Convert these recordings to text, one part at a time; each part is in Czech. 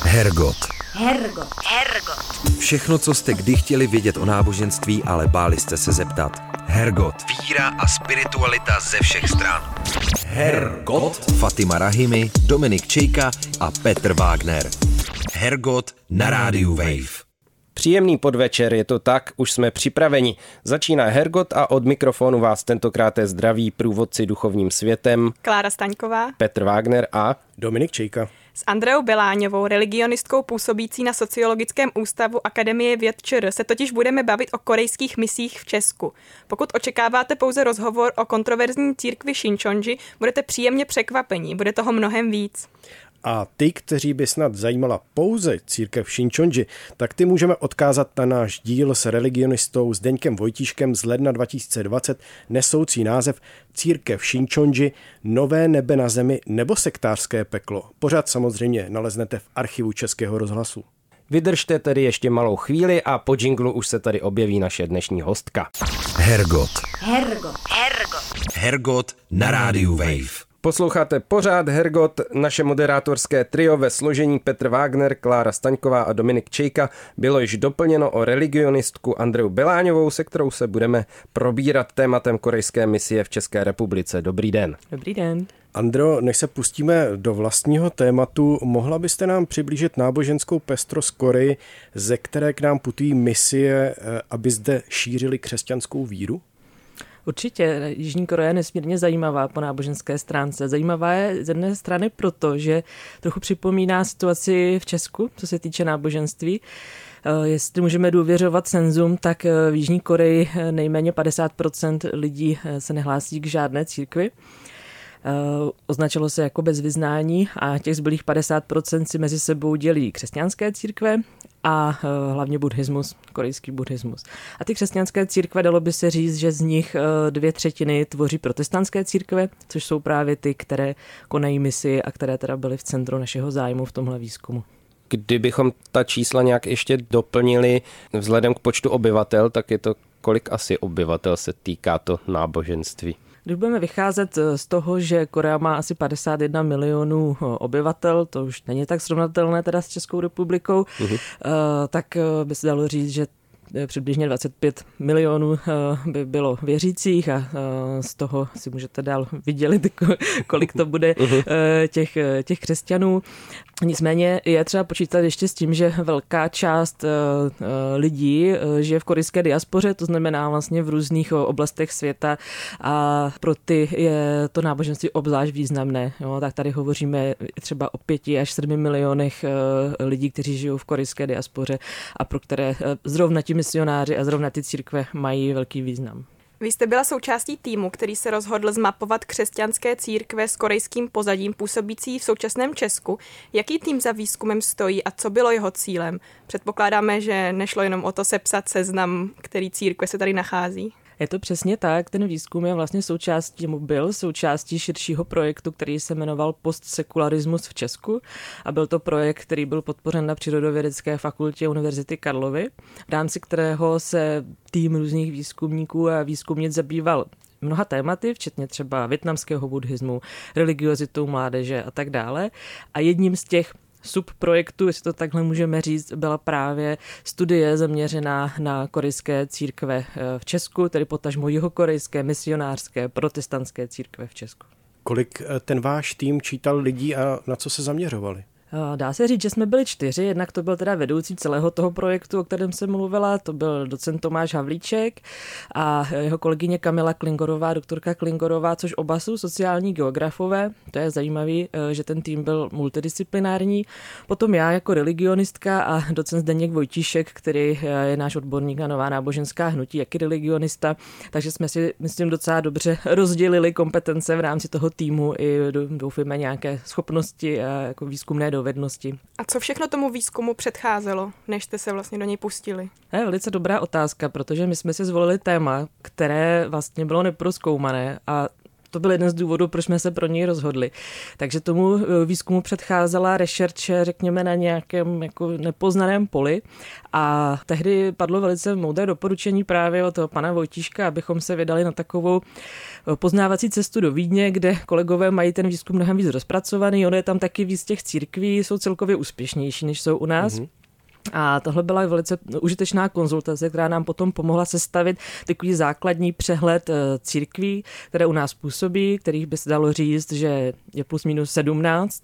Hergot. Hergot. Všechno, co jste kdy chtěli vědět o náboženství, ale báli jste se zeptat. Hergot. Víra a spiritualita ze všech stran. Hergot. Fatima Rahimi, Dominik Čejka a Petr Wagner. Hergot na rádiu Wave. Příjemný podvečer, je to tak, už jsme připraveni. Začíná Hergot a od mikrofonu vás tentokrát zdraví průvodci duchovním světem Klára Staňková, Petr Wagner a Dominik Čejka. S Andreou Beláňovou, religionistkou působící na Sociologickém ústavu Akademie věd ČR, se totiž budeme bavit o korejských misích v Česku. Pokud očekáváte pouze rozhovor o kontroverzní církvi Shincheonji, budete příjemně překvapení, bude toho mnohem víc. A ty, kteří by snad zajímala pouze církev Shincheonji, tak ty můžeme odkázat na náš díl s religionistou Zdeňkem Vojtíškem z ledna 2020 nesoucí název Církev Shincheonji, Nové nebe na zemi nebo sektářské peklo. Pořád samozřejmě naleznete v archivu Českého rozhlasu. vydržte tedy ještě malou chvíli a po džinglu už se tady objeví naše dnešní hostka. Hergot. Hergot. Hergot na rádiu Wave. Posloucháte pořád Hergot, naše moderátorské trio ve složení Petr Wagner, Klára Staňková a Dominik Čejka bylo již doplněno o religionistku Andreu Beláňovou, se kterou se budeme probírat tématem korejské misie v České republice. Dobrý den. Dobrý den. Andro, než se pustíme do vlastního tématu, mohla byste nám přiblížit náboženskou pestrost Koreji, ze které k nám putují misie, aby zde šířili křesťanskou víru? Určitě. Jižní Korea je nesmírně zajímavá po náboženské stránce. Zajímavá je z jedné strany proto, že trochu připomíná situaci v Česku, co se týče náboženství. Jestli můžeme důvěřovat cenzům, tak v Jižní Koreji nejméně 50% lidí se nehlásí k žádné církvi. Označilo se jako bez vyznání a těch zbylých 50% si mezi sebou dělí křesťanské církve a hlavně buddhismus, korejský buddhismus. A ty křesťanské církve, dalo by se říct, že z nich 2/3 tvoří protestantské církve, což jsou právě ty, které konají misi a které teda byly v centru našeho zájmu v tomhle výzkumu. Kdybychom ta čísla nějak ještě doplnili vzhledem k počtu obyvatel, tak je to kolik asi obyvatel se týká to náboženství? Když budeme vycházet z toho, že Korea má asi 51 milionů obyvatel, to už není tak srovnatelné teda s Českou republikou, tak by se dalo říct, že přibližně 25 milionů by bylo věřících a z toho si můžete dál vydělit, kolik to bude těch křesťanů. Nicméně je třeba počítat ještě s tím, že velká část lidí žije v korejské diaspoře, to znamená vlastně v různých oblastech světa a pro ty je to náboženství obzvlášť významné. Jo? Tak tady hovoříme třeba o 5 až 7 milionech lidí, kteří žijou v korejské diaspoře a pro které zrovna ti misionáři a zrovna ty církve mají velký význam. Vy jste byla součástí týmu, který se rozhodl zmapovat křesťanské církve s korejským pozadím působící v současném Česku. Jaký tým za výzkumem stojí a co bylo jeho cílem? Předpokládáme, že nešlo jenom o to sepsat seznam, který církve se tady nachází. Je to přesně tak, ten výzkum je vlastně byl součástí širšího projektu, který se jmenoval Postsekularismus v Česku a byl to projekt, který byl podpořen na Přírodovědecké fakultě Univerzity Karlovy, v rámci kterého se tým různých výzkumníků a výzkumnic zabýval mnoha tématy, včetně třeba vietnamského buddhismu, religiozitou mládeže a tak dále. A jedním z těch subprojektu, jestli to takhle můžeme říct, byla právě studie zaměřená na korejské církve v Česku, tedy potažmo jihokorejské, misionářské, protestantské církve v Česku. Kolik ten váš tým čítal lidí a na co se zaměřovali? Dá se říct, že jsme byli 4, jednak to byl teda vedoucí celého toho projektu, o kterém jsem mluvila, to byl docent Tomáš Havlíček a jeho kolegyně Kamila Klingorová, doktorka Klingorová, což oba jsou sociální geografové, to je zajímavý, že ten tým byl multidisciplinární. Potom já jako religionistka a docent Zdeněk Vojtíšek, který je náš odborník na nová náboženská hnutí, jak i religionista, takže jsme si, myslím, docela dobře rozdělili kompetence v rámci toho týmu i doufujeme nějaké schopnosti a jako výzkumné dovednosti. A co všechno tomu výzkumu předcházelo, než jste se vlastně do něj pustili? To je velice dobrá otázka, protože my jsme si zvolili téma, které vlastně bylo neprozkoumané a to byl jeden z důvodů, proč jsme se pro něj rozhodli. Takže tomu výzkumu předcházela rešerše, řekněme, na nějakém jako nepoznaném poli a tehdy padlo velice moudré doporučení právě od toho pana Vojtíška, abychom se vydali na takovou poznávací cestu do Vídně, kde kolegové mají ten výzkum mnohem víc rozpracovaný, ono je tam taky víc těch církví, jsou celkově úspěšnější, než jsou u nás. Mm-hmm. A tohle byla velice užitečná konzultace, která nám potom pomohla sestavit takový základní přehled církví, které u nás působí, kterých by se dalo říct, že je plus minus 17.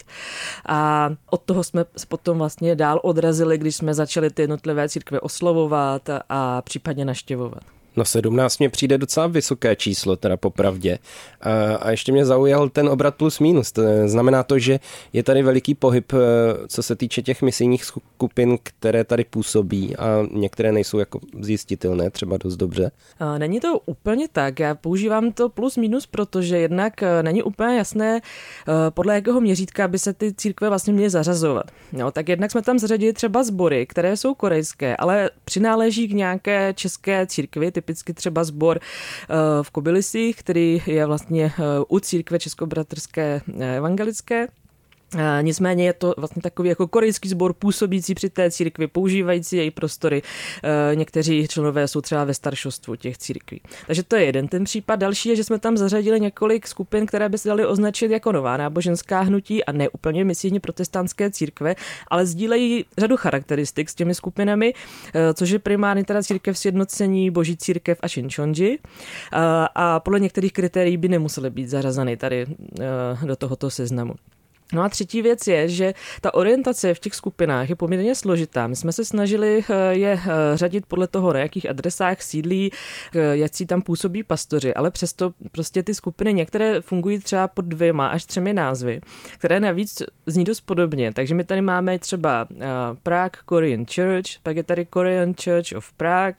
A od toho jsme se potom vlastně dál odrazili, když jsme začali ty jednotlivé církve oslovovat a případně navštěvovat. No 17 mě přijde docela vysoké číslo, teda popravdě. A ještě mě zaujal ten obrat plus minus. Znamená to, že je tady veliký pohyb, co se týče těch misijních skupin, které tady působí a některé nejsou jako zjistitelné, třeba dost dobře. Není to úplně tak. Já používám to plus minus, protože jednak není úplně jasné, podle jakého měřítka by se ty církve vlastně měly zařazovat. No, tak jednak jsme tam zařadili třeba sbory, které jsou korejské, ale přináleží k nějaké české církvi, typicky třeba sbor v Kobylisích, který je vlastně u církve českobratrské evangelické. Nicméně je to vlastně takový jako korejský sbor působící při té církvi, používající její prostory. Někteří členové jsou třeba ve staršostvu těch církví. Takže to je jeden ten případ. Další je, že jsme tam zařadili několik skupin, které by se daly označit jako nová náboženská hnutí a ne úplně misijně protestantské církve, ale sdílejí řadu charakteristik s těmi skupinami, což je primárně teda církev sjednocení, Boží církev a Shinchonji. A podle některých kritérií by nemusely být zařazeny tady do tohoto seznamu. No a třetí věc je, že ta orientace v těch skupinách je poměrně složitá. My jsme se snažili je řadit podle toho, na jakých adresách sídlí, jaký tam působí pastoři, ale přesto prostě ty skupiny některé fungují třeba pod 2 až 3 názvy, které navíc zní dost podobně. Takže my tady máme třeba Prague Korean Church, pak je tady Korean Church of Prague,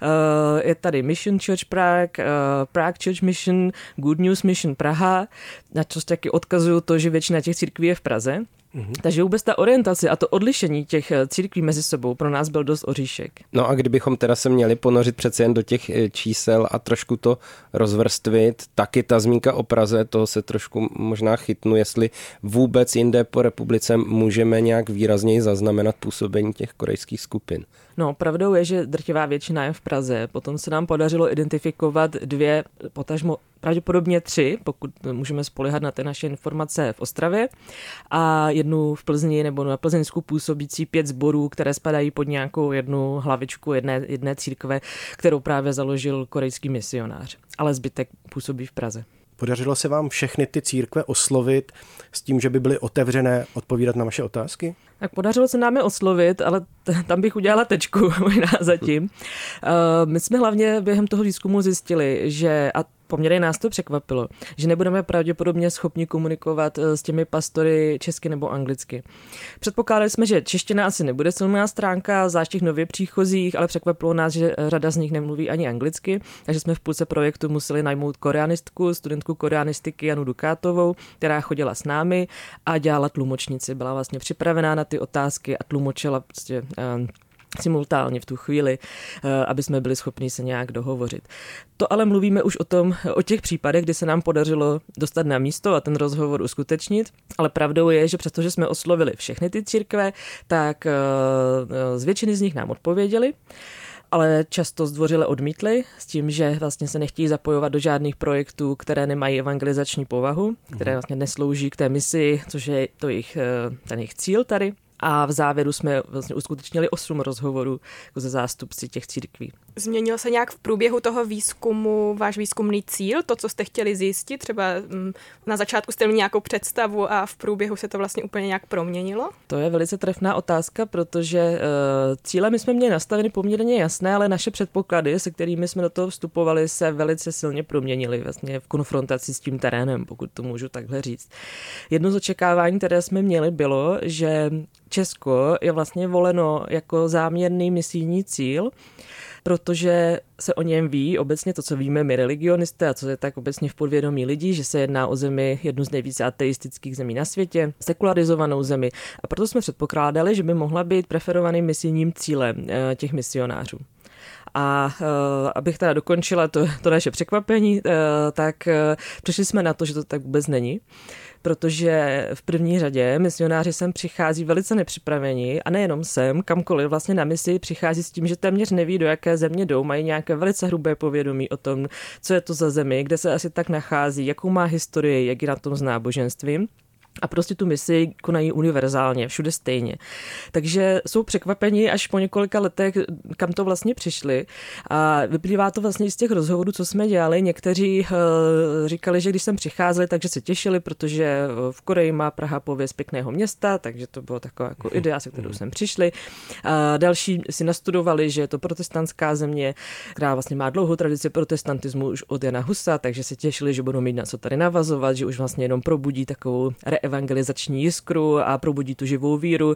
je tady Mission Church Prague, Prague Church Mission, Good News Mission Praha, na což taky odkazuju to, že většina těch církví je v Praze. Mm-hmm. Takže vůbec ta orientace a to odlišení těch církví mezi sebou pro nás byl dost oříšek. No a kdybychom teda se měli ponořit přece jen do těch čísel a trošku to rozvrstvit, taky ta zmínka o Praze, toho se trošku možná chytnu, jestli vůbec jinde po republice můžeme nějak výrazněji zaznamenat působení těch korejských skupin. No, pravdou je, že drtivá většina je v Praze. Potom se nám podařilo identifikovat 2, potažmo pravděpodobně 3, pokud můžeme spoléhat na ty naše informace v Ostravě, a jednu v Plzni nebo na Plzeňsku působící 5 sborů, které spadají pod nějakou jednu hlavičku jedné církve, kterou právě založil korejský misionář. Ale zbytek působí v Praze. Podařilo se vám všechny ty církve oslovit s tím, že by byly otevřené odpovídat na vaše otázky? Tak podařilo se nám je oslovit, ale tam bych udělala tečku možná zatím. My jsme hlavně během toho výzkumu zjistili, že, a poměrně nás to překvapilo, že nebudeme pravděpodobně schopni komunikovat s těmi pastory česky nebo anglicky. Předpokládali jsme, že čeština asi nebude silná stránka, zvlášť těch nově příchozích, ale překvapilo nás, že řada z nich nemluví ani anglicky, takže jsme v půlce projektu museli najmout koreanistku, studentku koreanistiky Janu Dukátovou, která chodila s námi a dělala tlumočnici. Byla vlastně připravená na ty otázky a tlumočila prostě simultánně v tu chvíli, aby jsme byli schopni se nějak dohovořit. To ale mluvíme už o těch případech, kdy se nám podařilo dostat na místo a ten rozhovor uskutečnit, ale pravdou je, že přestože jsme oslovili všechny ty církve, tak z většiny z nich nám odpověděli, ale často zdvořile odmítli s tím, že vlastně se nechtějí zapojovat do žádných projektů, které nemají evangelizační povahu, které vlastně neslouží k té misi, což je ten jejich cíl tady. A v závěru jsme vlastně uskutečnili 8 rozhovorů jako ze zástupci těch církví. Změnil se nějak v průběhu toho výzkumu váš výzkumný cíl, to, co jste chtěli zjistit? Třeba na začátku jste měli nějakou představu a v průběhu se to vlastně úplně nějak proměnilo? To je velice trefná otázka, protože cíle my jsme měli nastaveny poměrně jasné, ale naše předpoklady, se kterými jsme do toho vstupovali, se velice silně proměnily vlastně v konfrontaci s tím terénem, pokud to můžu takhle říct. Jedno z očekávání, které jsme měli, bylo, že Česko je vlastně voleno jako záměrný misijní cíl, protože se o něm ví obecně to, co víme my religionisté a co je tak obecně v podvědomí lidí, že se jedná o zemi, jednu z nejvíce ateistických zemí na světě, sekularizovanou zemi. A proto jsme předpokládali, že by mohla být preferovaným misijním cílem těch misionářů. A abych teda dokončila to naše překvapení, tak přišli jsme na to, že to tak vůbec není. Protože v první řadě misionáři sem přichází velice nepřipraveni a nejenom sem, kamkoliv vlastně na misi přichází s tím, že téměř neví, do jaké země jdou, mají nějaké velice hrubé povědomí o tom, co je to za zemi, kde se asi tak nachází, jakou má historii, jak je na tom s náboženstvím. A prostě tu misi konají univerzálně, všude stejně. Takže jsou překvapeni až po několika letech, kam to vlastně přišli. A vyplývá to vlastně z těch rozhovorů, co jsme dělali. Někteří říkali, že když sem přicházeli, takže se těšili, protože v Koreji má Praha pověst pěkného města, takže to bylo taková jako idea, se kterou sem přišli. A další si nastudovali, že je to protestantská země, která vlastně má dlouhou tradici protestantismu už od Jana Husa, takže se těšili, že budou mít na co tady navazovat, že už vlastně jenom probudí takovou evangelizační jiskru a probudí tu živou víru.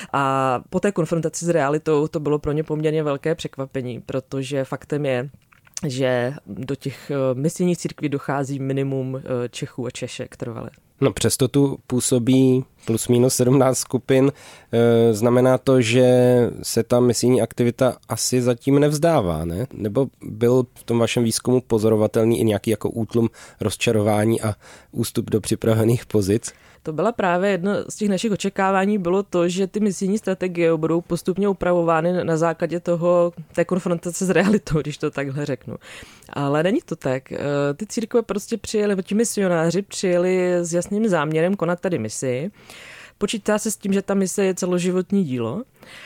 A po té konfrontaci s realitou to bylo pro ně poměrně velké překvapení, protože faktem je, že do těch misijních církví dochází minimum Čechů a Češek trvale. No přesto tu působí plus minus 17 skupin. Znamená to, že se ta misijní aktivita asi zatím nevzdává, ne? Nebo byl v tom vašem výzkumu pozorovatelný i nějaký jako útlum rozčarování a ústup do připravených pozic? To byla právě jedno z těch našich očekávání, bylo to, že ty misijní strategie budou postupně upravovány na základě té konfrontace s realitou, když to takhle řeknu. Ale není to tak. Ty církve prostě přijeli, ti misionáři přijeli s jasným záměrem konat tady misi. Počítá se s tím, že ta mise je celoživotní dílo.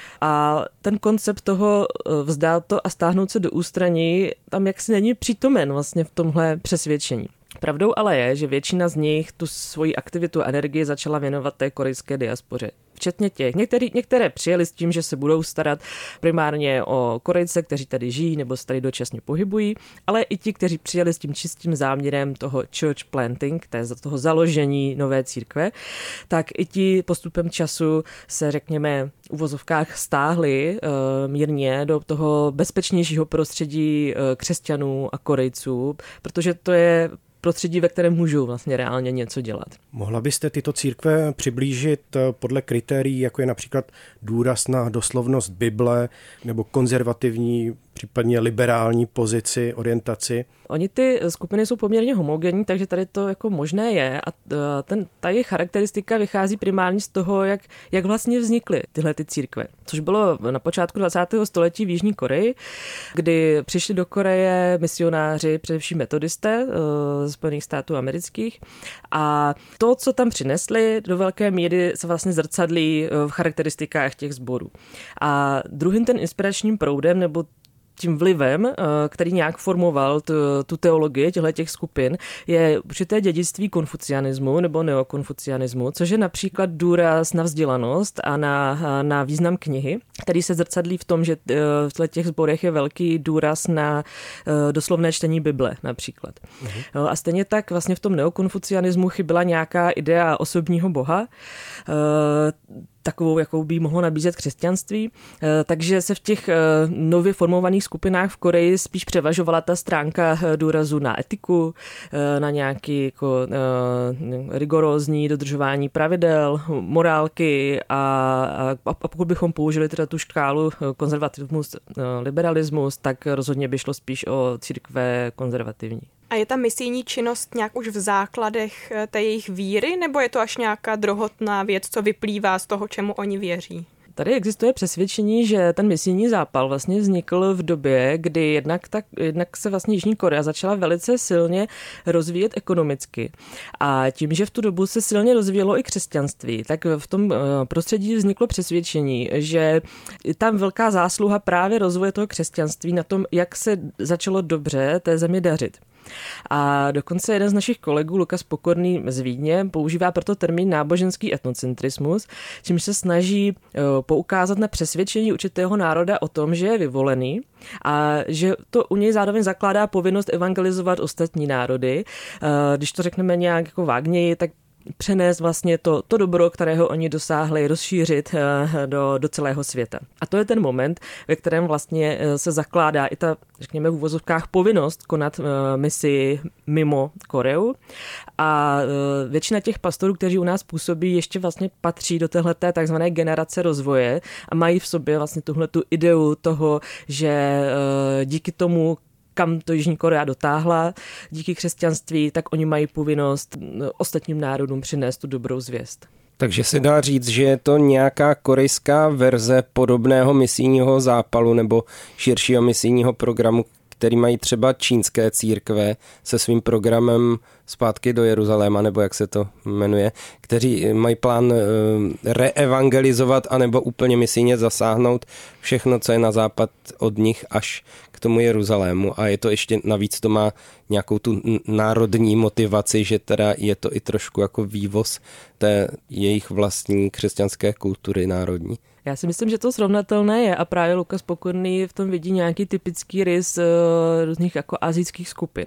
A ten koncept toho vzdát to a stáhnout se do ústraní tam jaksi není přítomen vlastně v tomhle přesvědčení. Pravdou ale je, že většina z nich tu svoji aktivitu a energii začala věnovat té korejské diaspoře. Včetně těch. Některé přijeli s tím, že se budou starat primárně o Korejce, kteří tady žijí nebo se tady dočasně pohybují, ale i ti, kteří přijeli s tím čistým záměrem toho church planting, toho založení nové církve, tak i ti postupem času se, řekněme, v uvozovkách stáhli mírně do toho bezpečnějšího prostředí křesťanů a Korejců, protože to je prostředí, ve kterém můžou vlastně reálně něco dělat. Mohla byste tyto církve přiblížit podle kritérií, jako je například důraz na doslovnost Bible nebo konzervativní, případně liberální pozici, orientaci? Oni ty skupiny jsou poměrně homogenní, takže tady to jako možné je a ta jejich charakteristika vychází primárně z toho, jak vlastně vznikly tyhle ty církve. Což bylo na počátku 20. století v Jižní Koreji, kdy přišli do Koreje misionáři, především metodisté z Spojených států amerických a to, co tam přinesli, do velké míry se vlastně zrcadlí v charakteristikách těch sborů. A druhým ten inspiračním proudem nebo tím vlivem, který nějak formoval tu teologii těch skupin, je určité dědictví konfucianismu nebo neokonfucianismu, což je například důraz na vzdělanost a na význam knihy, který se zrcadlí v tom, že v těch sborech je velký důraz na doslovné čtení Bible například. A stejně tak vlastně v tom neokonfucianismu chyběla nějaká idea osobního boha, takovou, jakou by mohlo nabízet křesťanství. Takže se v těch nově formovaných skupinách v Koreji spíš převažovala ta stránka důrazu na etiku, na nějaký jako rigorózní dodržování pravidel, morálky a pokud bychom použili teda tu škálu konzervativismus, liberalismus, tak rozhodně by šlo spíš o církve konzervativní. A je ta misijní činnost nějak už v základech té jejich víry, nebo je to až nějaká druhotná věc, co vyplývá z toho, čemu oni věří? Tady existuje přesvědčení, že ten misijní zápal vlastně vznikl v době, kdy jednak se vlastně Jižní Korea začala velice silně rozvíjet ekonomicky. A tím, že v tu dobu se silně rozvíjelo i křesťanství, tak v tom prostředí vzniklo přesvědčení, že je tam velká zásluha právě rozvoje toho křesťanství na tom, jak se začalo dobře té zemi dařit. A dokonce jeden z našich kolegů, Lukas Pokorný z Vídně, používá proto termín náboženský etnocentrismus, čímž se snaží poukázat na přesvědčení určitého národa o tom, že je vyvolený a že to u něj zároveň zakládá povinnost evangelizovat ostatní národy. Když to řekneme nějak jako vágněji, tak přenést vlastně to dobro, kterého oni dosáhli, rozšířit do celého světa. A to je ten moment, ve kterém vlastně se zakládá i ta, řekněme v uvozovkách, povinnost konat misi mimo Koreu. A většina těch pastorů, kteří u nás působí, ještě vlastně patří do téhleté takzvané generace rozvoje a mají v sobě vlastně tuhletu ideu toho, že díky tomu, kam to Jižní Korea dotáhla, díky křesťanství, tak oni mají povinnost ostatním národům přinést tu dobrou zvěst. Takže se dá říct, že je to nějaká korejská verze podobného misijního zápalu nebo širšího misijního programu, který mají třeba čínské církve se svým programem Zpátky do Jeruzaléma, nebo jak se to jmenuje, kteří mají plán reevangelizovat anebo úplně misijně zasáhnout všechno, co je na západ od nich až k tomu Jeruzalému. A je to ještě, navíc to má nějakou tu národní motivaci, že teda je to i trošku jako vývoz té jejich vlastní křesťanské kultury národní. Já si myslím, že to srovnatelné je a právě Lukas Pokorný v tom vidí nějaký typický rys různých jako asijských skupin.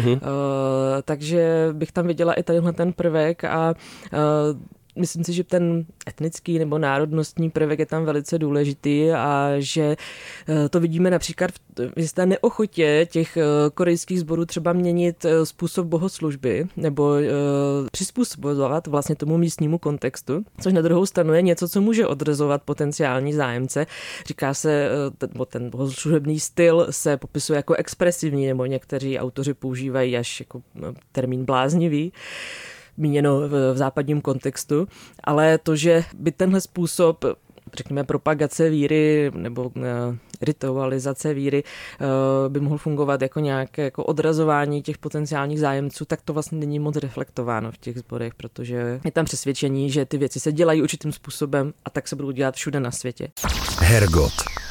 Takže bych tam viděla i tadyhle ten prvek a myslím si, že ten etnický nebo národnostní prvek je tam velice důležitý a že to vidíme například v té neochotě těch korejských sborů třeba měnit způsob bohoslužby nebo přizpůsobovat vlastně tomu místnímu kontextu, což na druhou stranu je něco, co může odrazovat potenciální zájemce. Říká se, ten bohoslužebný styl se popisuje jako expresivní, nebo někteří autoři používají až jako termín bláznivý, míněno v západním kontextu, ale to, že by tenhle způsob, řekněme, propagace víry nebo ritualizace víry by mohl fungovat jako nějaké jako odrazování těch potenciálních zájemců, tak to vlastně není moc reflektováno v těch sborech, protože je tam přesvědčení, že ty věci se dělají určitým způsobem a tak se budou dělat všude na světě. Hergot.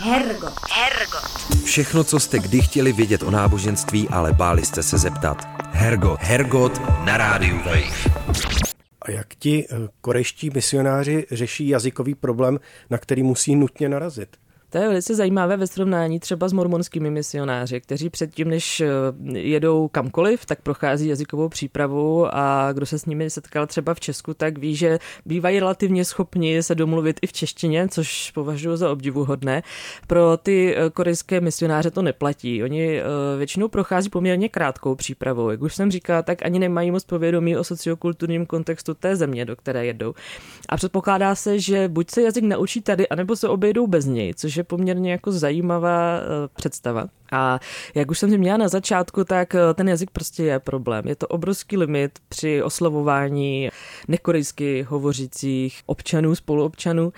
Všechno, co jste kdy chtěli vědět o náboženství, ale báli jste se zeptat. Hergot na rádiu Wave. A jak ti korejští misionáři řeší jazykový problém, na který musí nutně narazit? To je velice zajímavé ve srovnání třeba s mormonskými misionáři, kteří předtím, než jedou kamkoliv, tak prochází jazykovou přípravu a kdo se s nimi setkal třeba v Česku, tak ví, že bývají relativně schopni se domluvit i v češtině, což považuji za obdivuhodné. Pro ty korejské misionáře to neplatí. Oni většinou prochází poměrně krátkou přípravou. Jak už jsem říkala, tak ani nemají moc povědomí o sociokulturním kontextu té země, do které jedou. A předpokládá se, že buď se jazyk naučí tady, anebo se obejdou bez něj, což je poměrně jako zajímavá představa. A jak už jsem si měla na začátku, tak ten jazyk prostě je problém. Je to obrovský limit při oslovování nekorejsky hovořících občanů, spoluobčanů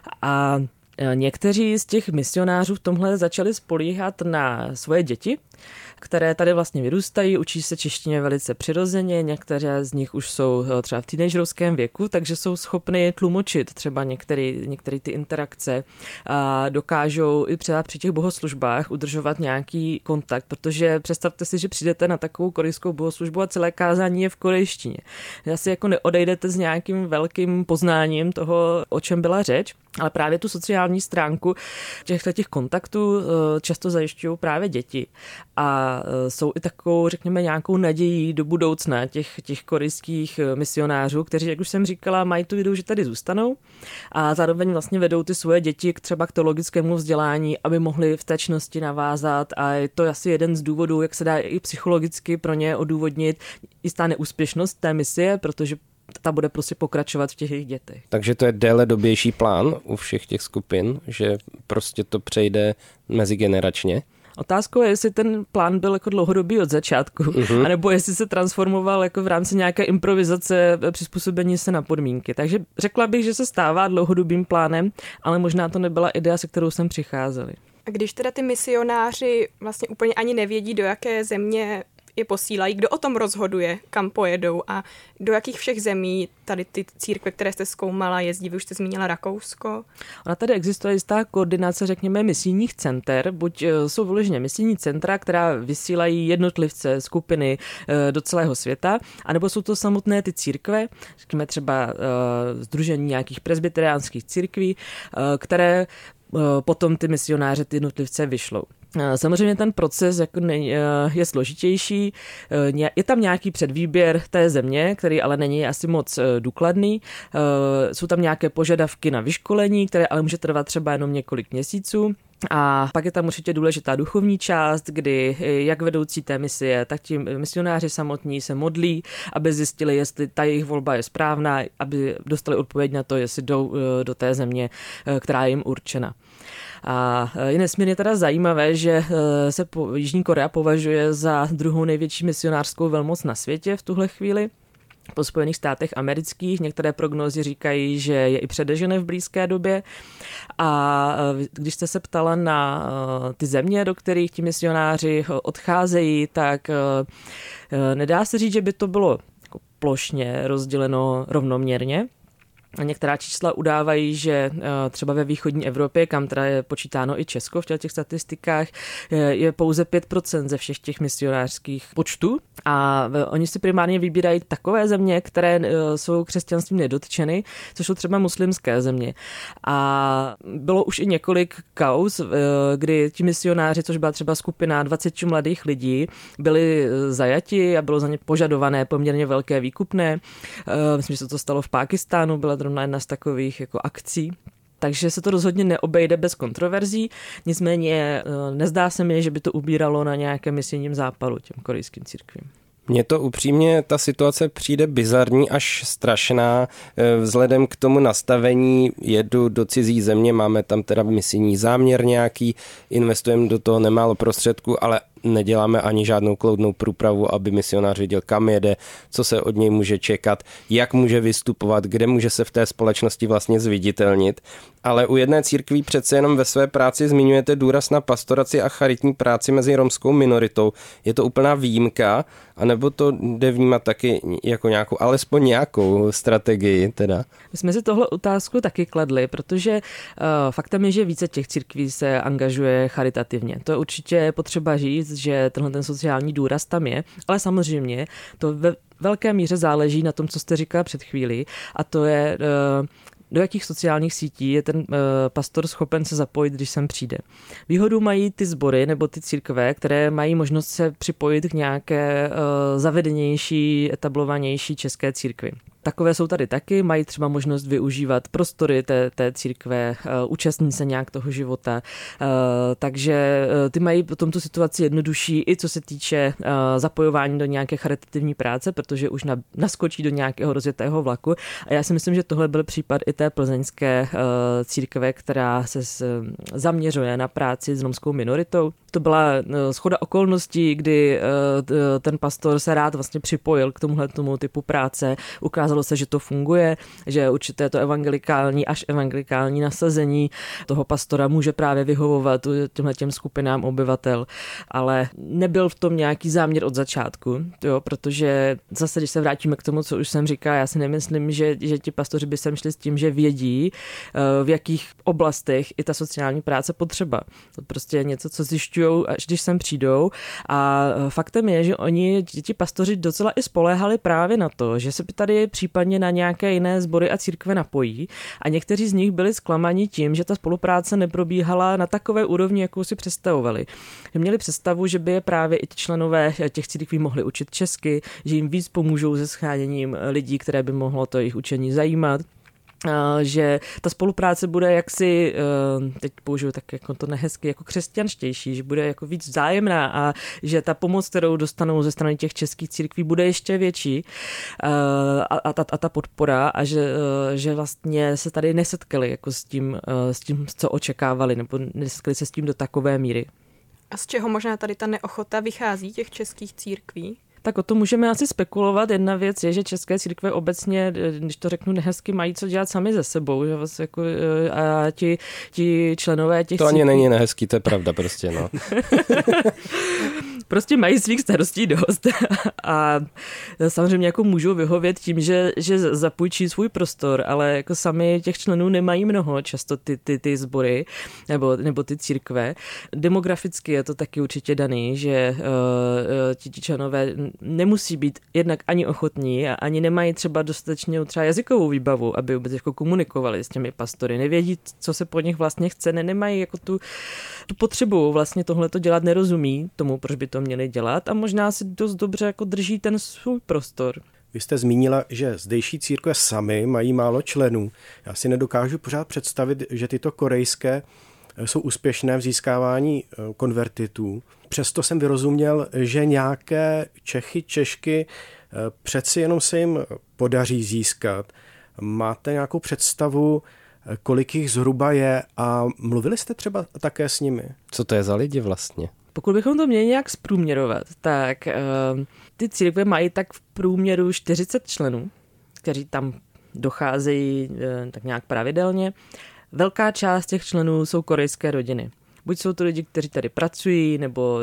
a někteří z těch misionářů v tomhle začali spolíhat na svoje děti, které tady vlastně vyrůstají, učí se češtině velice přirozeně, některé z nich už jsou třeba v teenagerovském věku, takže jsou schopny tlumočit třeba některé ty interakce a dokážou i třeba při těch bohoslužbách udržovat nějaký kontakt, protože představte si, že přijdete na takovou korejskou bohoslužbu a celé kázání je v korejštině. Asi jako neodejdete s nějakým velkým poznáním toho, o čem byla řeč, ale právě tu sociální stránku těch kontaktů často zajišťují právě děti. A jsou i takovou, řekněme, nějakou nadějí do budoucna těch korejských misionářů, kteří, jak už jsem říkala, mají tu videu, že tady zůstanou a zároveň vlastně vedou ty svoje děti třeba k teologickému vzdělání, aby mohli v té činnosti navázat a je to asi jeden z důvodů, jak se dá i psychologicky pro ně odůvodnit jistá neúspěšnost té misie, protože ta bude prostě pokračovat v těch jejich dětech. Takže to je déledobější plán u všech těch skupin, že prostě to přejde mezigeneračně? Otázkou je, jestli ten plán byl jako dlouhodobý od začátku, anebo jestli se transformoval jako v rámci nějaké improvizace, přizpůsobení se na podmínky. Takže řekla bych, že se stává dlouhodobým plánem, ale možná to nebyla idea, se kterou jsem přicházeli. A když teda ty misionáři vlastně úplně ani nevědí, do jaké země je posílají, kdo o tom rozhoduje, kam pojedou a do jakých všech zemí tady ty církve, které jste zkoumala, jezdí, vy už jste zmínila Rakousko? Ona tady existuje jistá koordinace, řekněme, misijních center, buď jsou vyloženě misijní centra, která vysílají jednotlivce, skupiny do celého světa, anebo jsou to samotné ty církve, řekněme třeba sdružení nějakých presbyteriánských církví, které potom ty misionáře, ty jednotlivce vyšlou. Samozřejmě ten proces je složitější, je tam nějaký předvýběr té země, který ale není asi moc důkladný. Jsou tam nějaké požadavky na vyškolení, které ale může trvat třeba jenom několik měsíců. A pak je tam určitě důležitá duchovní část, kdy jak vedoucí té misie, tak ti misionáři samotní se modlí, aby zjistili, jestli ta jejich volba je správná, aby dostali odpověď na to, jestli jdou do té země, která je jim určena. A je nesmírně teda zajímavé, že se Jižní Korea považuje za druhou největší misionářskou velmoc na světě v tuhle chvíli. Po Spojených státech amerických. Některé prognózy říkají, že je i předežene v blízké době. A když jste se ptala na ty země, do kterých ti misionáři odcházejí, tak nedá se říct, že by to bylo jako plošně rozděleno rovnoměrně. Některá čísla udávají, že třeba ve východní Evropě, kam teda je počítáno i Česko v těch statistikách, je pouze 5% ze všech těch misionářských počtů a oni si primárně vybírají takové země, které jsou křesťanstvím nedotčeny, což jsou třeba muslimské země. A bylo už i několik kauz, kdy ti misionáři, což byla třeba skupina 20 mladých lidí, byli zajati a bylo za ně požadované poměrně velké výkupné. Myslím, že se to stalo v Pákistánu, byla zrovna jedna z takových jako akcí. Takže se to rozhodně neobejde bez kontroverzí, nicméně nezdá se mi, že by to ubíralo na nějakém misijním zápalu těm korejským církvím. Mně to upřímně, ta situace přijde bizarní až strašná vzhledem k tomu nastavení, jedu do cizí země, máme tam teda misijní záměr nějaký, investujeme do toho nemálo prostředků, ale neděláme ani žádnou kloudnou průpravu, aby misionář věděl, kam jede, co se od něj může čekat, jak může vystupovat, kde může se v té společnosti vlastně zviditelnit. Ale u jedné církví přece jenom ve své práci zmiňujete důraz na pastoraci a charitní práci mezi romskou minoritou. Je to úplná výjimka, anebo to jde vnímat taky jako alespoň nějakou strategii teda? My jsme si tohle otázku taky kladli, protože faktem je, že více těch církví se angažuje charitativně. To je určitě potřeba říct, že tenhle ten sociální důraz tam je, ale samozřejmě to ve velké míře záleží na tom, co jste říkala před chvílí, a to je do jakých sociálních sítí je ten pastor schopen se zapojit, když sem přijde. Výhodu mají ty sbory nebo ty církve, které mají možnost se připojit k nějaké zavedenější, etablovanější české církvi. Takové jsou tady taky, mají třeba možnost využívat prostory té církve, účastní se nějak toho života, takže ty mají potom tu situaci jednodušší i co se týče zapojování do nějaké charitativní práce, protože už naskočí do nějakého rozjetého vlaku a já si myslím, že tohle byl případ i té plzeňské církve, která se zaměřuje na práci s romskou minoritou. To byla shoda okolností, kdy ten pastor se rád vlastně připojil k tomuhletomu typu práce, ukázalo se, že to funguje, že určité to evangelikální nasazení toho pastora může právě vyhovovat těmhletěm skupinám obyvatel, ale nebyl v tom nějaký záměr od začátku, jo, protože zase, když se vrátíme k tomu, co už jsem říkal, já si nemyslím, že ti pastoři by sem šli s tím, že vědí, v jakých oblastech i ta sociální práce potřeba. To prostě je něco, co zjišťují, až když sem přijdou a faktem je, že ti pastoři docela i spoléhali právě na to, že se tady případně na nějaké jiné sbory a církve napojí a někteří z nich byli zklamaní tím, že ta spolupráce neprobíhala na takové úrovni, jakou si představovali. Že měli představu, že by je právě i ti členové těch církví mohli učit česky, že jim víc pomůžou se scháněním lidí, které by mohlo to jejich učení zajímat. Že ta spolupráce bude jaksi, teď použiju tak jako to nehezky, jako křesťanštější, že bude jako víc vzájemná a že ta pomoc, kterou dostanou ze strany těch českých církví, bude ještě větší a ta podpora a že vlastně se tady nesetkali jako s tím, co očekávali, nebo nesetkali se s tím do takové míry. A z čeho možná tady ta neochota vychází těch českých církví? Tak o tom můžeme asi spekulovat. Jedna věc je, že české církve obecně, když to řeknu nehezky, mají co dělat sami ze sebou. Že vlastně jako, a ti členové těch to ani není nehezký, to je pravda prostě. No. prostě mají svých starostí dost a samozřejmě jako můžou vyhovět tím, že zapůjčí svůj prostor, ale jako sami těch členů nemají mnoho, často ty sbory nebo ty církve. Demograficky je to taky určitě daný, že ti členové nemusí být jednak ani ochotní a ani nemají třeba dostatečně třeba jazykovou výbavu, aby vůbec jako komunikovali s těmi pastory. Nevědí, co se po nich vlastně chce, nemají jako tu potřebu vlastně tohleto dělat, nerozumí tomu, proč by to měli dělat a možná si dost dobře jako drží ten svůj prostor. Vy jste zmínila, že zdejší církve sami mají málo členů. Já si nedokážu pořád představit, že tyto korejské jsou úspěšné v získávání konvertitů. Přesto jsem vyrozuměl, že nějaké Čechy, Češky přeci jenom se jim podaří získat. Máte nějakou představu, kolik jich zhruba je a mluvili jste třeba také s nimi? Co to je za lidi vlastně? Pokud bychom to měli nějak zprůměrovat, tak ty církve mají tak v průměru 40 členů, kteří tam docházejí tak nějak pravidelně. Velká část těch členů jsou korejské rodiny. Buď jsou to lidi, kteří tady pracují, nebo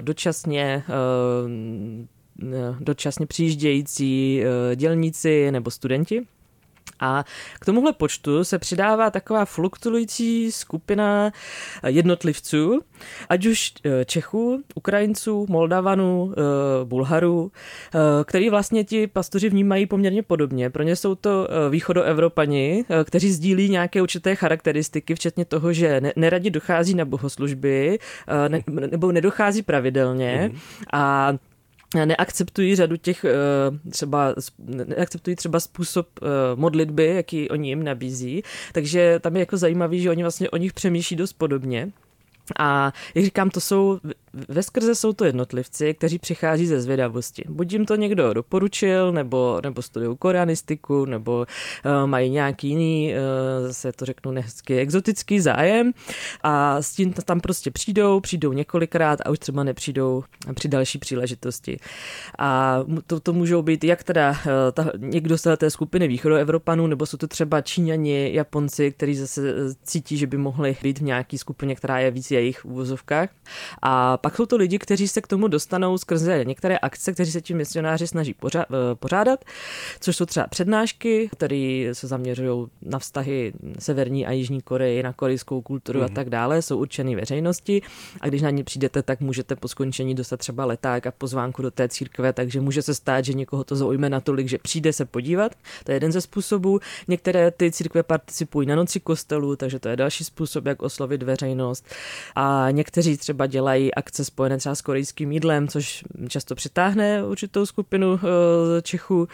dočasně přijíždějící dělníci nebo studenti. A k tomuhle počtu se přidává taková fluktuující skupina jednotlivců, ať už Čechů, Ukrajinců, Moldavanů, Bulharů, který vlastně ti pastoři vnímají poměrně podobně. Pro ně jsou to východoevropani, kteří sdílí nějaké určité charakteristiky, včetně toho, že neradi dochází na bohoslužby nebo nedochází pravidelně a neakceptují řadu těch neakceptují třeba způsob modlitby, jaký oni jim nabízí. Takže tam je jako zajímavý, že oni vlastně o nich přemýšlí dost podobně. A jak říkám, veskrze jsou to jednotlivci, kteří přichází ze zvědavosti. Buď jim to někdo doporučil, nebo studují koreanistiku, nebo mají nějaký jiný, zase to řeknu nehezky, exotický zájem a s tím tam prostě přijdou několikrát a už třeba nepřijdou při další příležitosti. A to můžou být jak teda někdo z té skupiny východoevropanů, nebo jsou to třeba Číňani, Japonci, kteří zase cítí, že by mohli být v nějaké skupině, která je víc jejich uvozovkách. A pak jsou to lidi, kteří se k tomu dostanou skrze některé akce, kteří se tím misionáři snaží pořádat, což jsou třeba přednášky, které se zaměřují na vztahy Severní a Jižní Koreji, na korejskou kulturu a tak dále, jsou určené veřejnosti a když na ně přijdete, tak můžete po skončení dostat třeba leták a pozvánku do té církve, takže může se stát, že někoho to zaujme natolik, že přijde se podívat. To je jeden ze způsobů. Některé ty církve participují na noci kostelů, takže to je další způsob, jak oslovit veřejnost. A někteří třeba dělají akce spojené třeba s korejským jídlem, což často přitáhne určitou skupinu Čechů.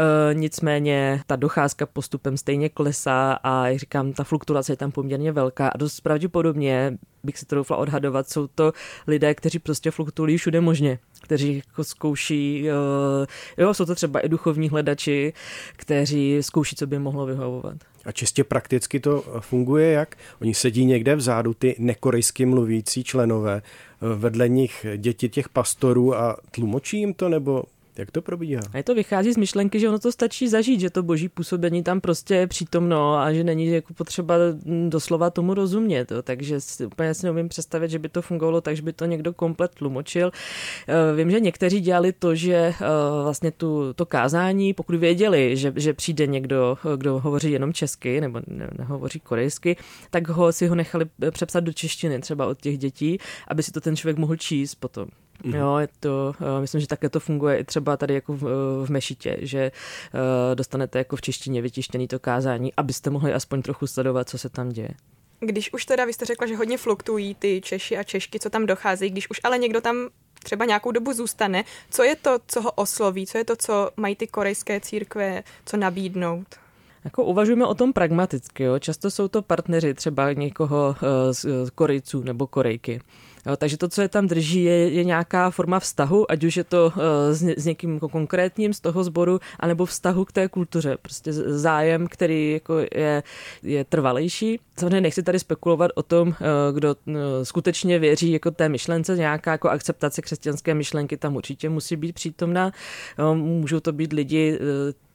Nicméně ta docházka postupem stejně klesá a jak říkám, ta fluktuace je tam poměrně velká a dost pravděpodobně bych si to doufala odhadovat, jsou to lidé, kteří prostě fluktuují všude možně, kteří jako zkouší, jsou to třeba i duchovní hledači, kteří zkouší, co by mohlo vyhovovat. A čistě prakticky to funguje jak? Oni sedí někde vzadu, ty nekorejsky mluvící členové, vedle nich děti těch pastorů a tlumočí jim to, nebo jak to probíhá? A to vychází z myšlenky, že ono to stačí zažít, že to boží působení tam prostě je přítomno a že není jako potřeba doslova tomu rozumět. Takže úplně si neumím představit, že by to fungovalo tak, že by to někdo komplet tlumočil. Vím, že někteří dělali to, že vlastně to kázání, pokud věděli, že přijde někdo, kdo hovoří jenom česky nebo nehovoří korejsky, tak si ho nechali přepsat do češtiny třeba od těch dětí, aby si to ten člověk mohl číst potom. Jo, myslím, že také to funguje i třeba tady jako v mešitě, že dostanete jako v češtině vytištěný to kázání, abyste mohli aspoň trochu sledovat, co se tam děje. Když už teda, vy jste řekla, že hodně fluktuují ty Češi a Češky, co tam docházejí, když už ale někdo tam třeba nějakou dobu zůstane, co je to, co ho osloví, co je to, co mají ty korejské církve, co nabídnout? Jako uvažujeme o tom pragmaticky, jo? Často jsou to partneři třeba někoho z Korejců nebo Korejky. Jo, takže to, co je tam drží, je nějaká forma vztahu, ať už je to s někým konkrétním z toho sboru, anebo vztahu k té kultuře. Prostě zájem, který jako je trvalejší. Samozřejmě nechci tady spekulovat o tom, kdo skutečně věří jako té myšlence, nějaká jako akceptace křesťanské myšlenky tam určitě musí být přítomná. Jo, můžou to být lidi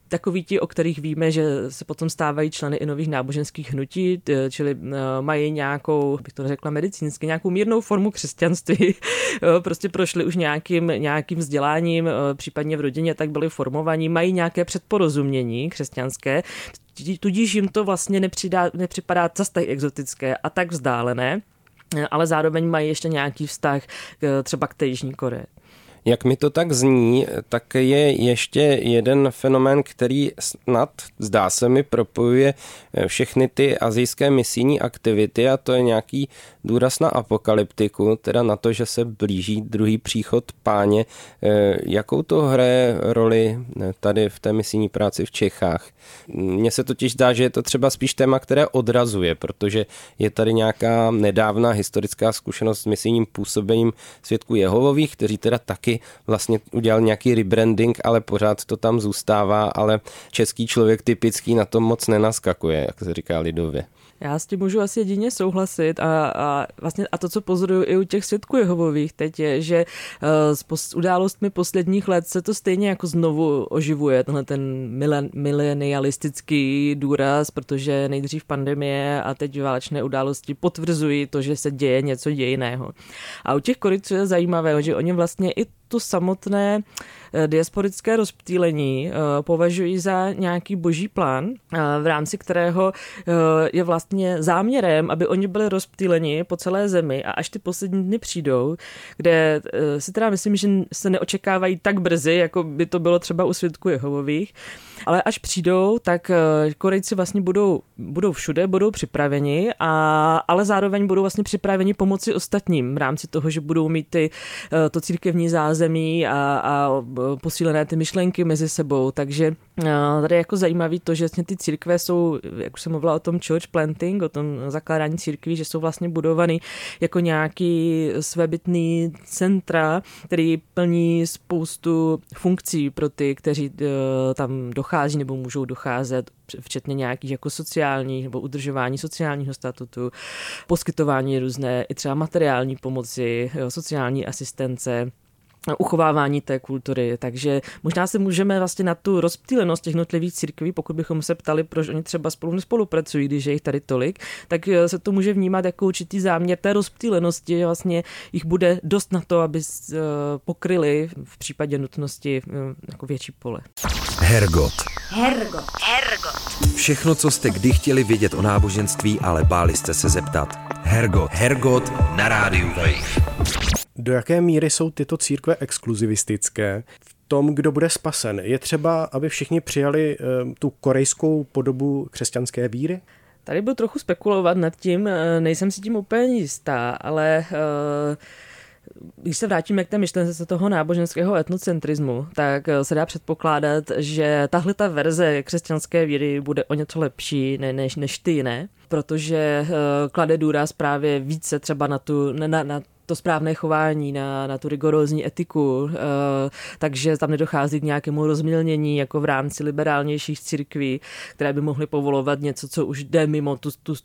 takoví ti, o kterých víme, že se potom stávají členy i nových náboženských hnutí, čili mají nějakou, bych to řekla medicínsky, nějakou mírnou formu křesťanství, prostě prošli už nějakým vzděláním, případně v rodině tak byli formovaní, mají nějaké předporozumění křesťanské, tudíž jim to vlastně nepřipadá zas tak exotické a tak vzdálené, ale zároveň mají ještě nějaký vztah třeba k té Jižní Koreji. Jak mi to tak zní, tak je ještě jeden fenomén, který snad, zdá se mi, propojuje všechny ty asijské misijní aktivity, a to je nějaký důraz na apokalyptiku, teda na to, že se blíží druhý příchod Páně. Jakou to hraje roli tady v té misijní práci v Čechách? Mně se totiž zdá, že je to třeba spíš téma, které odrazuje, protože je tady nějaká nedávná historická zkušenost s misijním působením Svědků Jehovových, kteří teda taky vlastně udělal nějaký rebranding, ale pořád to tam zůstává, ale český člověk typický na tom moc nenaskakuje, jak se říká lidově. Já s tím můžu asi jedině souhlasit a to, co pozoruju i u těch Svědků Jehovových teď je, že s událostmi posledních let se to stejně jako znovu oživuje, tenhle ten milenialistický důraz, protože nejdřív pandemie a teď válečné události potvrzují to, že se děje něco dějného. A u těch Korejců je zajímavé, že oni vlastně i to samotné diasporické rozptýlení považují za nějaký boží plán, v rámci kterého je vlastně záměrem, aby oni byli rozptýleni po celé zemi a až ty poslední dny přijdou, kde si teda myslím, že se neočekávají tak brzy, jako by to bylo třeba u Svědků Jehovových, ale až přijdou, tak Korejci vlastně budou všude, budou připraveni, ale zároveň budou vlastně připraveni pomoci ostatním v rámci toho, že budou mít to církevní zázemí a posílené ty myšlenky mezi sebou. Takže tady je jako zajímavý to, že vlastně ty církve jsou, jak už jsem mluvila o tom church planting, o tom zakládání církví, že jsou vlastně budovaný jako nějaký svébytný centra, který plní spoustu funkcí pro ty, kteří tam dochází nebo můžou docházet, včetně nějakých jako sociálních nebo udržování sociálního statutu, poskytování různé i třeba materiální pomoci, sociální asistence, uchovávání té kultury, takže možná se můžeme vlastně na tu rozptýlenost těch jednotlivých církví, pokud bychom se ptali, proč oni třeba spolu nespolupracují, když je jich tady tolik, tak se to může vnímat jako určitý záměr té rozptýlenosti, vlastně jich bude dost na to, aby pokryli v případě nutnosti jako větší pole. Hergot. Všechno, co jste kdy chtěli vědět o náboženství, ale báli jste se zeptat. Hergot na rádiu Wave. Do jaké míry jsou tyto církve exkluzivistické v tom, kdo bude spasen? Je třeba, aby všichni přijali tu korejskou podobu křesťanské víry? Tady budu trochu spekulovat nad tím, nejsem si tím úplně jistá, ale když se vrátíme k té myšlence toho náboženského etnocentrismu, tak se dá předpokládat, že tahle ta verze křesťanské víry bude o něco lepší než ty jiné, protože klade důraz právě více třeba na to správné chování, na tu rigorózní etiku, takže tam nedochází k nějakému rozmělnění jako v rámci liberálnějších církví, které by mohly povolovat něco, co už jde mimo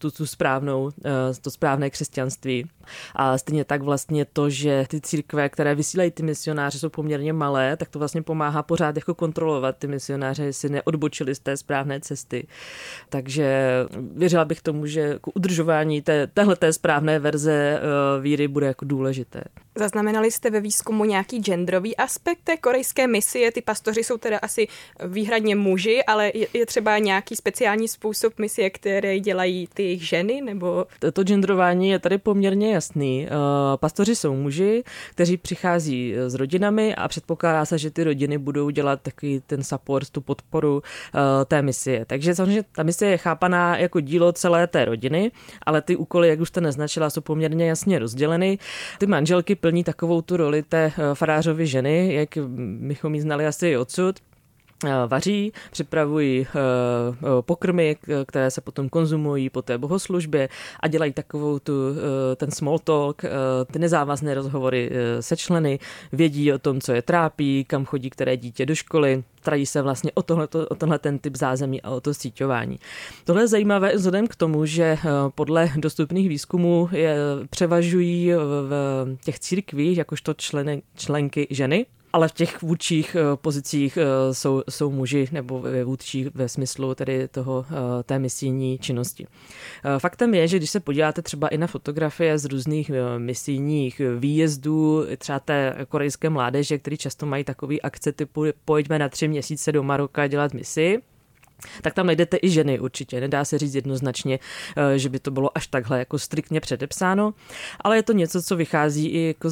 to správné křesťanství. A stejně tak vlastně to, že ty církve, které vysílají ty misionáře, jsou poměrně malé, tak to vlastně pomáhá pořád jako kontrolovat ty misionáře, jestli neodbočili z té správné cesty. Takže věřila bych tomu, že k udržování téhleté správné verze víry bude jako důležité. Zaznamenali jste ve výzkumu nějaký genderový aspekt té korejské misie? Ty pastoři jsou teda asi výhradně muži, ale je třeba nějaký speciální způsob misie, které dělají ty jejich ženy? Nebo to genderování je tady poměrně jasný. Pastoři jsou muži, kteří přichází s rodinami a předpokládá se, že ty rodiny budou dělat takový ten support, tu podporu té misie. Takže samozřejmě ta misie je chápaná jako dílo celé té rodiny, ale ty úkoly, jak už jste naznačila, jsou poměrně jasně rozděleny. Ty manželky plní takovou tu roli té farářovy ženy, jak bychom ji znali asi i odsud. Vaří, připravují pokrmy, které se potom konzumují po té bohoslužbě a dělají takovou ten small talk, ty nezávazné rozhovory se členy, vědí o tom, co je trápí, kam chodí které dítě do školy, starají se vlastně o tenhle ten typ zázemí a o to síťování. Tohle je zajímavé vzhledem k tomu, že podle dostupných výzkumů převažují v těch církvích jakožto členky ženy, ale v těch vůdčích pozicích jsou muži, nebo vůdčích ve smyslu tedy té misijní činnosti. Faktem je, že když se podíváte třeba i na fotografie z různých misijních výjezdů, třeba té korejské mládeže, který často mají takový akce typu pojďme na 3 měsíce do Maroka dělat misi, tak tam najdete i ženy určitě. Nedá se říct jednoznačně, že by to bylo až takhle jako striktně předepsáno, ale je to něco, co vychází i jako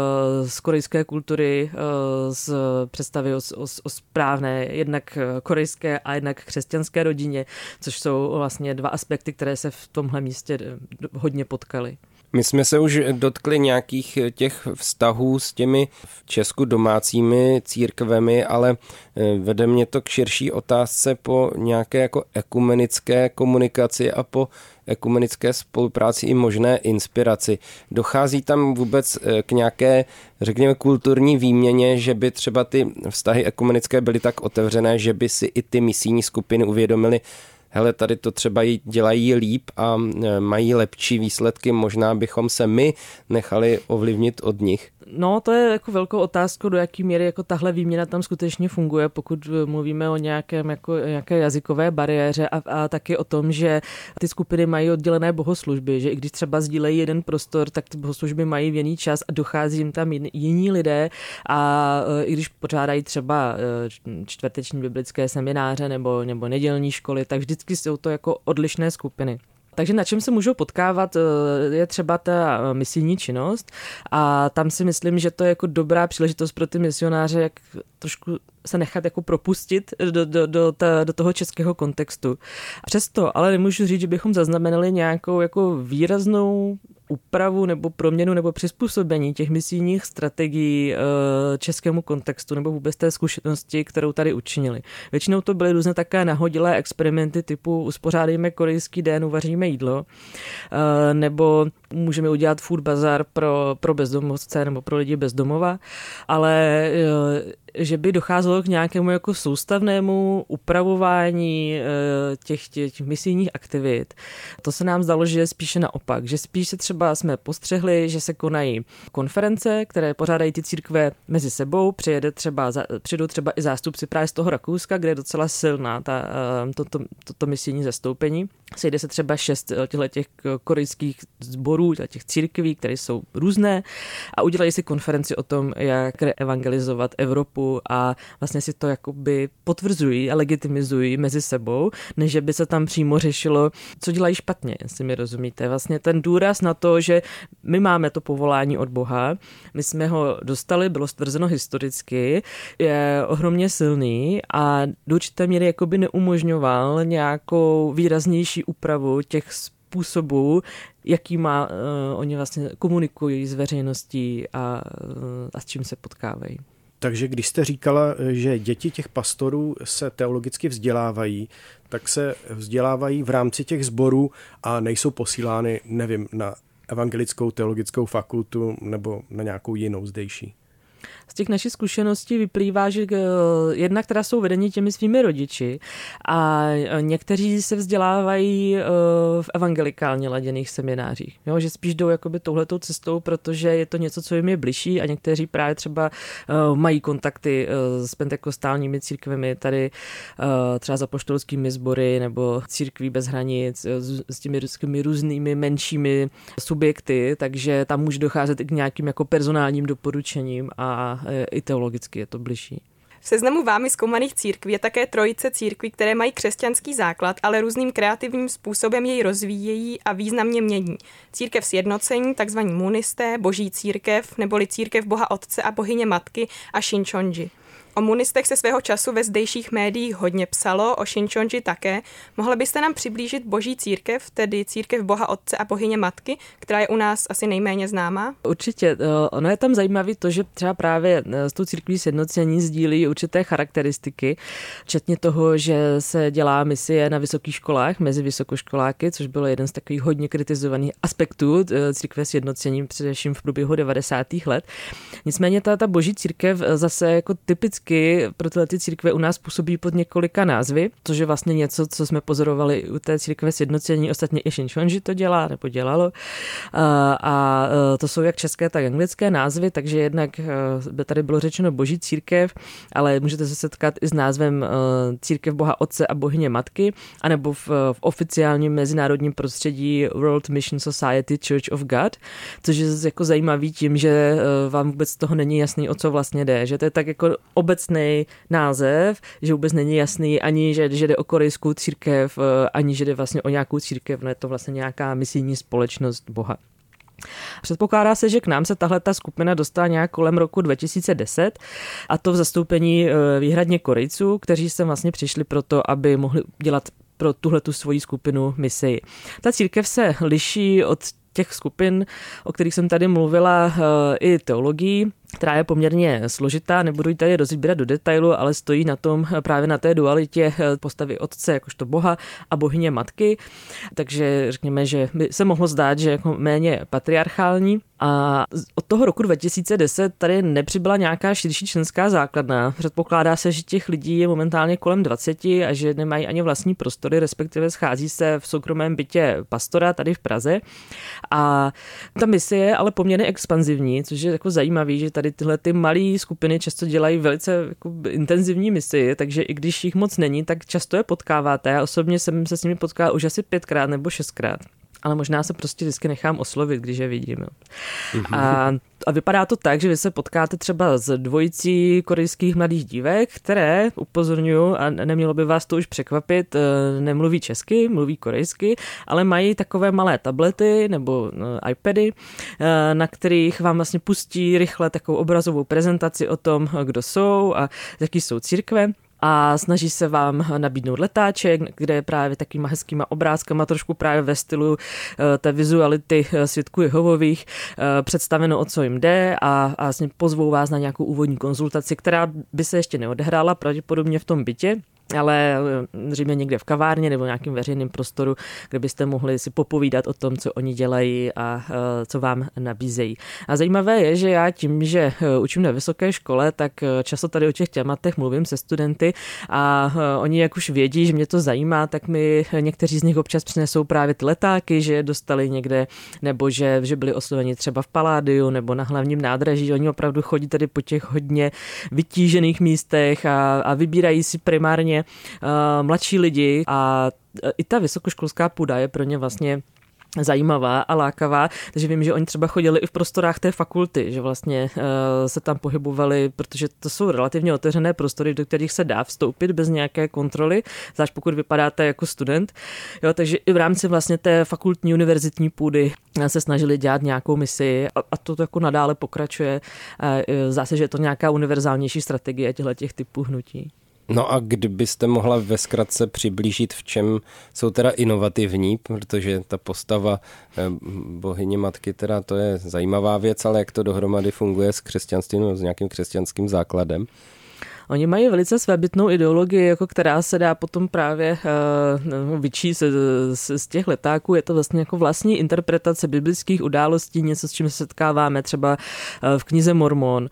z korejské kultury, z představy o správné jednak korejské a jednak křesťanské rodině, což jsou vlastně 2 aspekty, které se v tomhle místě hodně potkaly. My jsme se už dotkli nějakých těch vztahů s těmi v Česku domácími církvemi, ale vede mě to k širší otázce po nějaké jako ekumenické komunikaci a po ekumenické spolupráci i možné inspiraci. Dochází tam vůbec k nějaké, řekněme, kulturní výměně, že by třeba ty vztahy ekumenické byly tak otevřené, že by si i ty misijní skupiny uvědomily, hele, tady to třeba dělají líp a mají lepší výsledky, možná bychom se my nechali ovlivnit od nich? No, to je jako velkou otázkou, do jaký míry jako tahle výměna tam skutečně funguje, pokud mluvíme o nějaké jazykové bariéře a taky o tom, že ty skupiny mají oddělené bohoslužby, že i když třeba sdílejí jeden prostor, tak ty bohoslužby mají v jiný čas a dochází jim tam jiní lidé a i když pořádají třeba čtvrteční biblické semináře nebo nedělní školy, tak vždycky jsou to jako odlišné skupiny. Takže na čem se můžou potkávat je třeba ta misijní činnost a tam si myslím, že to je jako dobrá příležitost pro ty misionáře, jak trošku se nechat jako propustit do toho českého kontextu. Přesto ale nemůžu říct, že bychom zaznamenali nějakou jako výraznou úpravu nebo proměnu nebo přizpůsobení těch misijních strategií českému kontextu nebo vůbec té zkušenosti, kterou tady učinili. Většinou to byly různé také nahodilé experimenty typu uspořádejme korejský den, uvaříme jídlo, nebo můžeme udělat food bazar pro bezdomovce nebo pro lidi bezdomova, ale že by docházelo k nějakému jako soustavnému upravování těch misijních aktivit. To se nám zdalo, že je spíše naopak, že spíš se třeba jsme postřehli, že se konají konference, které pořádají ty církve mezi sebou, přijdou třeba i zástupci právě z toho Rakouska, kde je docela silná toto misijní zastoupení. Sejde se třeba 6 těch korejských sborů, těch církví, které jsou různé a udělají si konferenci o tom, jak evangelizovat Evropu a vlastně si to jakoby potvrzují a legitimizují mezi sebou, než by se tam přímo řešilo, co dělají špatně, jestli mi rozumíte. Vlastně ten důraz na to, že my máme to povolání od Boha, my jsme ho dostali, bylo stvrzeno historicky, je ohromně silný a do určité míry jakoby neumožňoval nějakou výraznější úpravu těch způsobů, jakýma oni vlastně komunikují s veřejností a s čím se potkávají. Takže když jste říkala, že děti těch pastorů se teologicky vzdělávají, tak se vzdělávají v rámci těch sborů a nejsou posílány, nevím, na evangelickou teologickou fakultu nebo na nějakou jinou zdejší. Z těch našich zkušeností vyplývá, že jednak teda jsou vedeni těmi svými rodiči a někteří se vzdělávají v evangelikálně laděných seminářích. Jo, že spíš jdou jakoby touhletou cestou, protože je to něco, co jim je bližší a někteří právě třeba mají kontakty s pentekostálními církvemi, tady třeba s apoštolskými sbory nebo církví bez hranic, s těmi různými menšími subjekty, takže tam může docházet i k nějakým jako personálním doporučením a i teologicky je to bližší. V seznamu vámi zkoumaných církví je také trojice církví, které mají křesťanský základ, ale různým kreativním způsobem jej rozvíjejí a významně mění. Církev sjednocení, takzvaní munisté, boží církev, neboli církev Boha Otce a bohyně Matky a Shinchonji. O munistech se svého času ve zdejších médiích hodně psalo, o Shinchonji také. Mohla byste nám přiblížit boží církev, tedy církev Boha Otce a bohyně Matky, která je u nás asi nejméně známá? Určitě. Ono je tam zajímavé to, že třeba právě s tou církví sjednocení sdílí určité charakteristiky, včetně toho, že se dělá misie na vysokých školách mezi vysokoškoláky, což bylo jeden z takových hodně kritizovaných aspektů církve sjednocení, především v průběhu 90. let. Nicméně ta boží církev zase jako typicky vždycky pro tyhle ty církve u nás působí pod několika názvy, což je vlastně něco, co jsme pozorovali u té církve sjednocení, ostatně i Shinchonji to dělá, nebo dělalo. A to jsou jak české, tak anglické názvy, takže jednak by tady bylo řečeno Boží církev, ale můžete se setkat i s názvem Církev Boha Otce a Bohyně Matky, anebo v oficiálním mezinárodním prostředí World Mission Society Church of God, což je jako zajímavý tím, že vám vůbec toho není jasný, o co vlastně jde, že to je tak jako obecný název, že vůbec není jasný ani, že jde o korejskou církev, ani že jde vlastně o nějakou církev, no je to vlastně nějaká misijní společnost Boha. Předpokládá se, že k nám se tahle ta skupina dostala nějak kolem roku 2010 a to v zastoupení výhradně Korejců, kteří sem vlastně přišli proto, aby mohli dělat pro tuhletu svoji skupinu misii. Ta církev se liší od těch skupin, o kterých jsem tady mluvila, i teologií, která je poměrně složitá, nebudu ji tady rozbírat do detailu, ale stojí na tom právě na té dualitě postavy otce, jakožto Boha a bohyně matky. Takže řekněme, že by se mohlo zdát, že jako méně patriarchální. A od toho roku 2010 tady nepřibyla nějaká širší členská základna. Předpokládá se, že těch lidí je momentálně kolem 20 a že nemají ani vlastní prostory, respektive schází se v soukromém bytě pastora tady v Praze. A ta mise je ale poměrně expanzivní, což je jako zajímavý, že tady tyhle ty malé skupiny často dělají velice jako intenzivní misi, takže i když jich moc není, tak často je potkáváte. Já osobně jsem se s nimi potkala už asi 5krát nebo 6krát. Ale možná se prostě vždycky nechám oslovit, když je vidím. Jo. A vypadá to tak, že vy se potkáte třeba s dvojicí korejských mladých dívek, které, upozorňuji, a nemělo by vás to už překvapit, nemluví česky, mluví korejsky, ale mají takové malé tablety nebo iPady, na kterých vám vlastně pustí rychle takovou obrazovou prezentaci o tom, kdo jsou a jaký jsou církve. A snaží se vám nabídnout letáček, kde je právě takovýma hezkýma obrázkama, trošku právě ve stylu té vizuality svědků Jehovových, představeno, o co jim jde a vlastně pozvou vás na nějakou úvodní konzultaci, která by se ještě neodehrála pravděpodobně v tom bytě, ale zřejmě někde v kavárně nebo nějakým veřejným prostoru, kde byste mohli si popovídat o tom, co oni dělají a co vám nabízejí. A zajímavé je, že já tím, že učím na vysoké škole, tak často tady o těch tématech mluvím se studenty a oni jak už vědí, že mě to zajímá, tak mi někteří z nich občas přinesou právě ty letáky, že je dostali někde, nebo že byli osloveni třeba v Paládiu nebo na hlavním nádraží. Oni opravdu chodí tady po těch hodně vytížených místech a vybírají si primárně mladší lidi a i ta vysokoškolská půda je pro ně vlastně zajímavá a lákavá, takže vím, že oni třeba chodili i v prostorách té fakulty, že vlastně se tam pohybovali, protože to jsou relativně otevřené prostory, do kterých se dá vstoupit bez nějaké kontroly, zvlášť pokud vypadáte jako student. Jo, takže i v rámci vlastně té fakultní univerzitní půdy se snažili dělat nějakou misi a to jako nadále pokračuje. Zase, že je to nějaká univerzálnější strategie těch typů hnutí. No a kdybyste mohla ve zkratce přiblížit, v čem jsou teda inovativní, protože ta postava bohyně matky, teda to je zajímavá věc, ale jak to dohromady funguje s křesťanstvím, s nějakým křesťanským základem? Oni mají velice svébytnou ideologii, jako která se dá potom právě vyčíst z těch letáků. Je to vlastně jako vlastní interpretace biblických událostí, něco, s čím se setkáváme třeba v knize Mormon.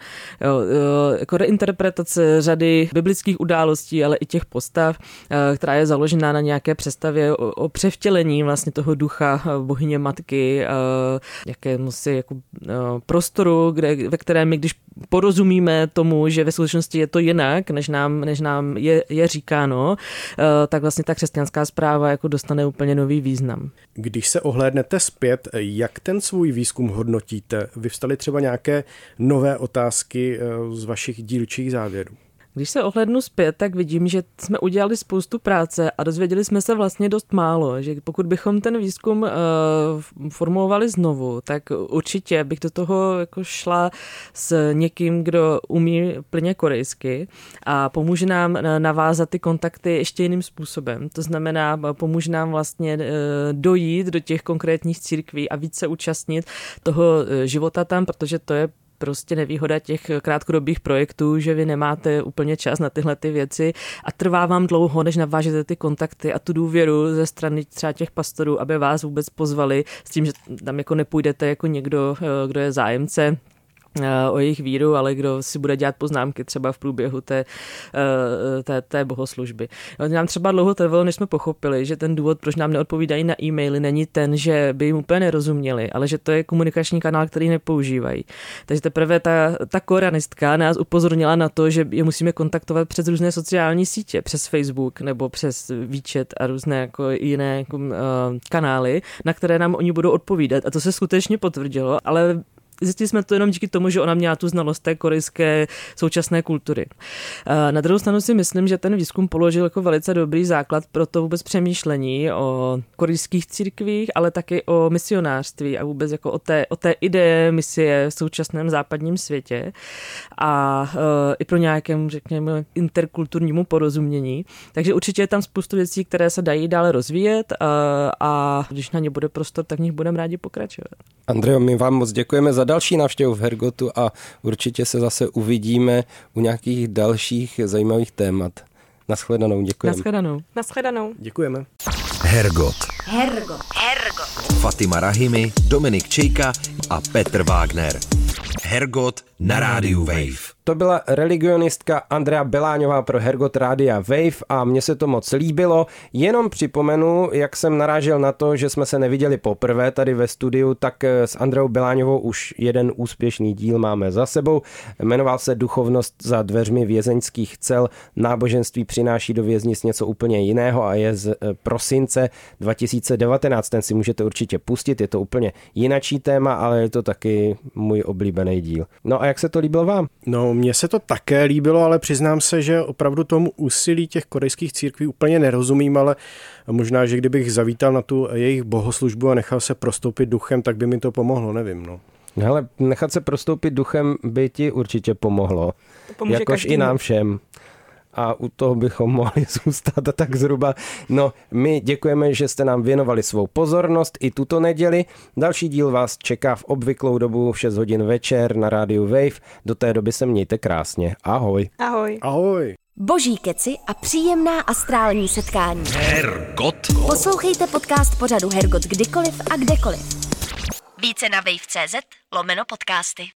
Jako reinterpretace řady biblických událostí, ale i těch postav, která je založená na nějaké představě o převtělení vlastně toho ducha bohyně matky, jakému si jako prostoru, ve kterém my, když porozumíme tomu, že ve skutečnosti je to jinak, než nám je říkáno, tak vlastně ta křesťanská správa jako dostane úplně nový význam. Když se ohlédnete zpět, jak ten svůj výzkum hodnotíte? Vyvstaly třeba nějaké nové otázky z vašich dílčích závěrů? Když se ohlédnu zpět, tak vidím, že jsme udělali spoustu práce a dozvěděli jsme se vlastně dost málo, že pokud bychom ten výzkum formulovali znovu, tak určitě bych do toho jako šla s někým, kdo umí plně korejsky a pomůže nám navázat ty kontakty ještě jiným způsobem. To znamená, pomůže nám vlastně dojít do těch konkrétních církví a více účastnit toho života tam, protože to je prostě nevýhoda těch krátkodobých projektů, že vy nemáte úplně čas na tyhle ty věci a trvá vám dlouho, než navážete ty kontakty a tu důvěru ze strany třeba těch pastorů, aby vás vůbec pozvali s tím, že tam jako nepůjdete jako někdo, kdo je zájemce o jejich víru, ale kdo si bude dělat poznámky třeba v průběhu té bohoslužby. Nám třeba dlouho trvalo, než jsme pochopili, že ten důvod, proč nám neodpovídají na e-maily, není ten, že by jim úplně nerozuměli, ale že to je komunikační kanál, který nepoužívají. Takže teprve ta koranistka nás upozornila na to, že je musíme kontaktovat přes různé sociální sítě, přes Facebook nebo přes WeChat a různé jako jiné kanály, na které nám oni budou odpovídat. A to se skutečně potvrdilo, ale zjistili jsme to jenom díky tomu, že ona měla tu znalost té korejské současné kultury. Na druhou stranu si myslím, že ten výzkum položil jako velice dobrý základ pro to vůbec přemýšlení o korejských církvích, ale taky o misionářství a vůbec jako o té ideje misie v současném západním světě a i pro nějakému, řekněme, interkulturnímu porozumění. Takže určitě je tam spoustu věcí, které se dají dále rozvíjet a když na ně bude prostor, tak v nich budeme rádi pokračovat. Andrejo, my vám moc děkujeme za další návštěvu v Hergotu a určitě se zase uvidíme u nějakých dalších zajímavých témat. Naschledanou, děkujeme. Naschledanou. Děkujeme. Hergot. Fatima Rahimi, Dominik Čejka a Petr Wagner. Hergot na rádiu Wave. To byla religionistka Andrea Beláňová pro Hergot Rádia Wave a mně se to moc líbilo. Jenom připomenu, jak jsem narážel na to, že jsme se neviděli poprvé tady ve studiu, tak s Andreou Beláňovou už jeden úspěšný díl máme za sebou. Jmenoval se Duchovnost za dveřmi vězeňských cel. Náboženství přináší do věznic něco úplně jiného a je z prosince 2019. Ten si můžete určitě pustit, je to úplně jinačí téma, ale je to taky můj oblíbený díl. No a jak se to líbilo vám? No, mně se to také líbilo, ale přiznám se, že opravdu tomu úsilí těch korejských církví úplně nerozumím, ale možná, že kdybych zavítal na tu jejich bohoslužbu a nechal se prostoupit duchem, tak by mi to pomohlo, nevím, no. Hele, nechat se prostoupit duchem by ti určitě pomohlo. Jakož i nám všem. A u toho bychom mohli zůstat a tak zhruba. No, my děkujeme, že jste nám věnovali svou pozornost i tuto neděli. Další díl vás čeká v obvyklou dobu v 6 hodin večer na rádiu Wave. Do té doby se mějte krásně. Ahoj. Ahoj. Ahoj. Boží keci a příjemná astrální setkání. Hergot. Poslouchejte podcast pořadu Hergot kdykoliv a kdekoliv. Více na wave.cz/podcasty.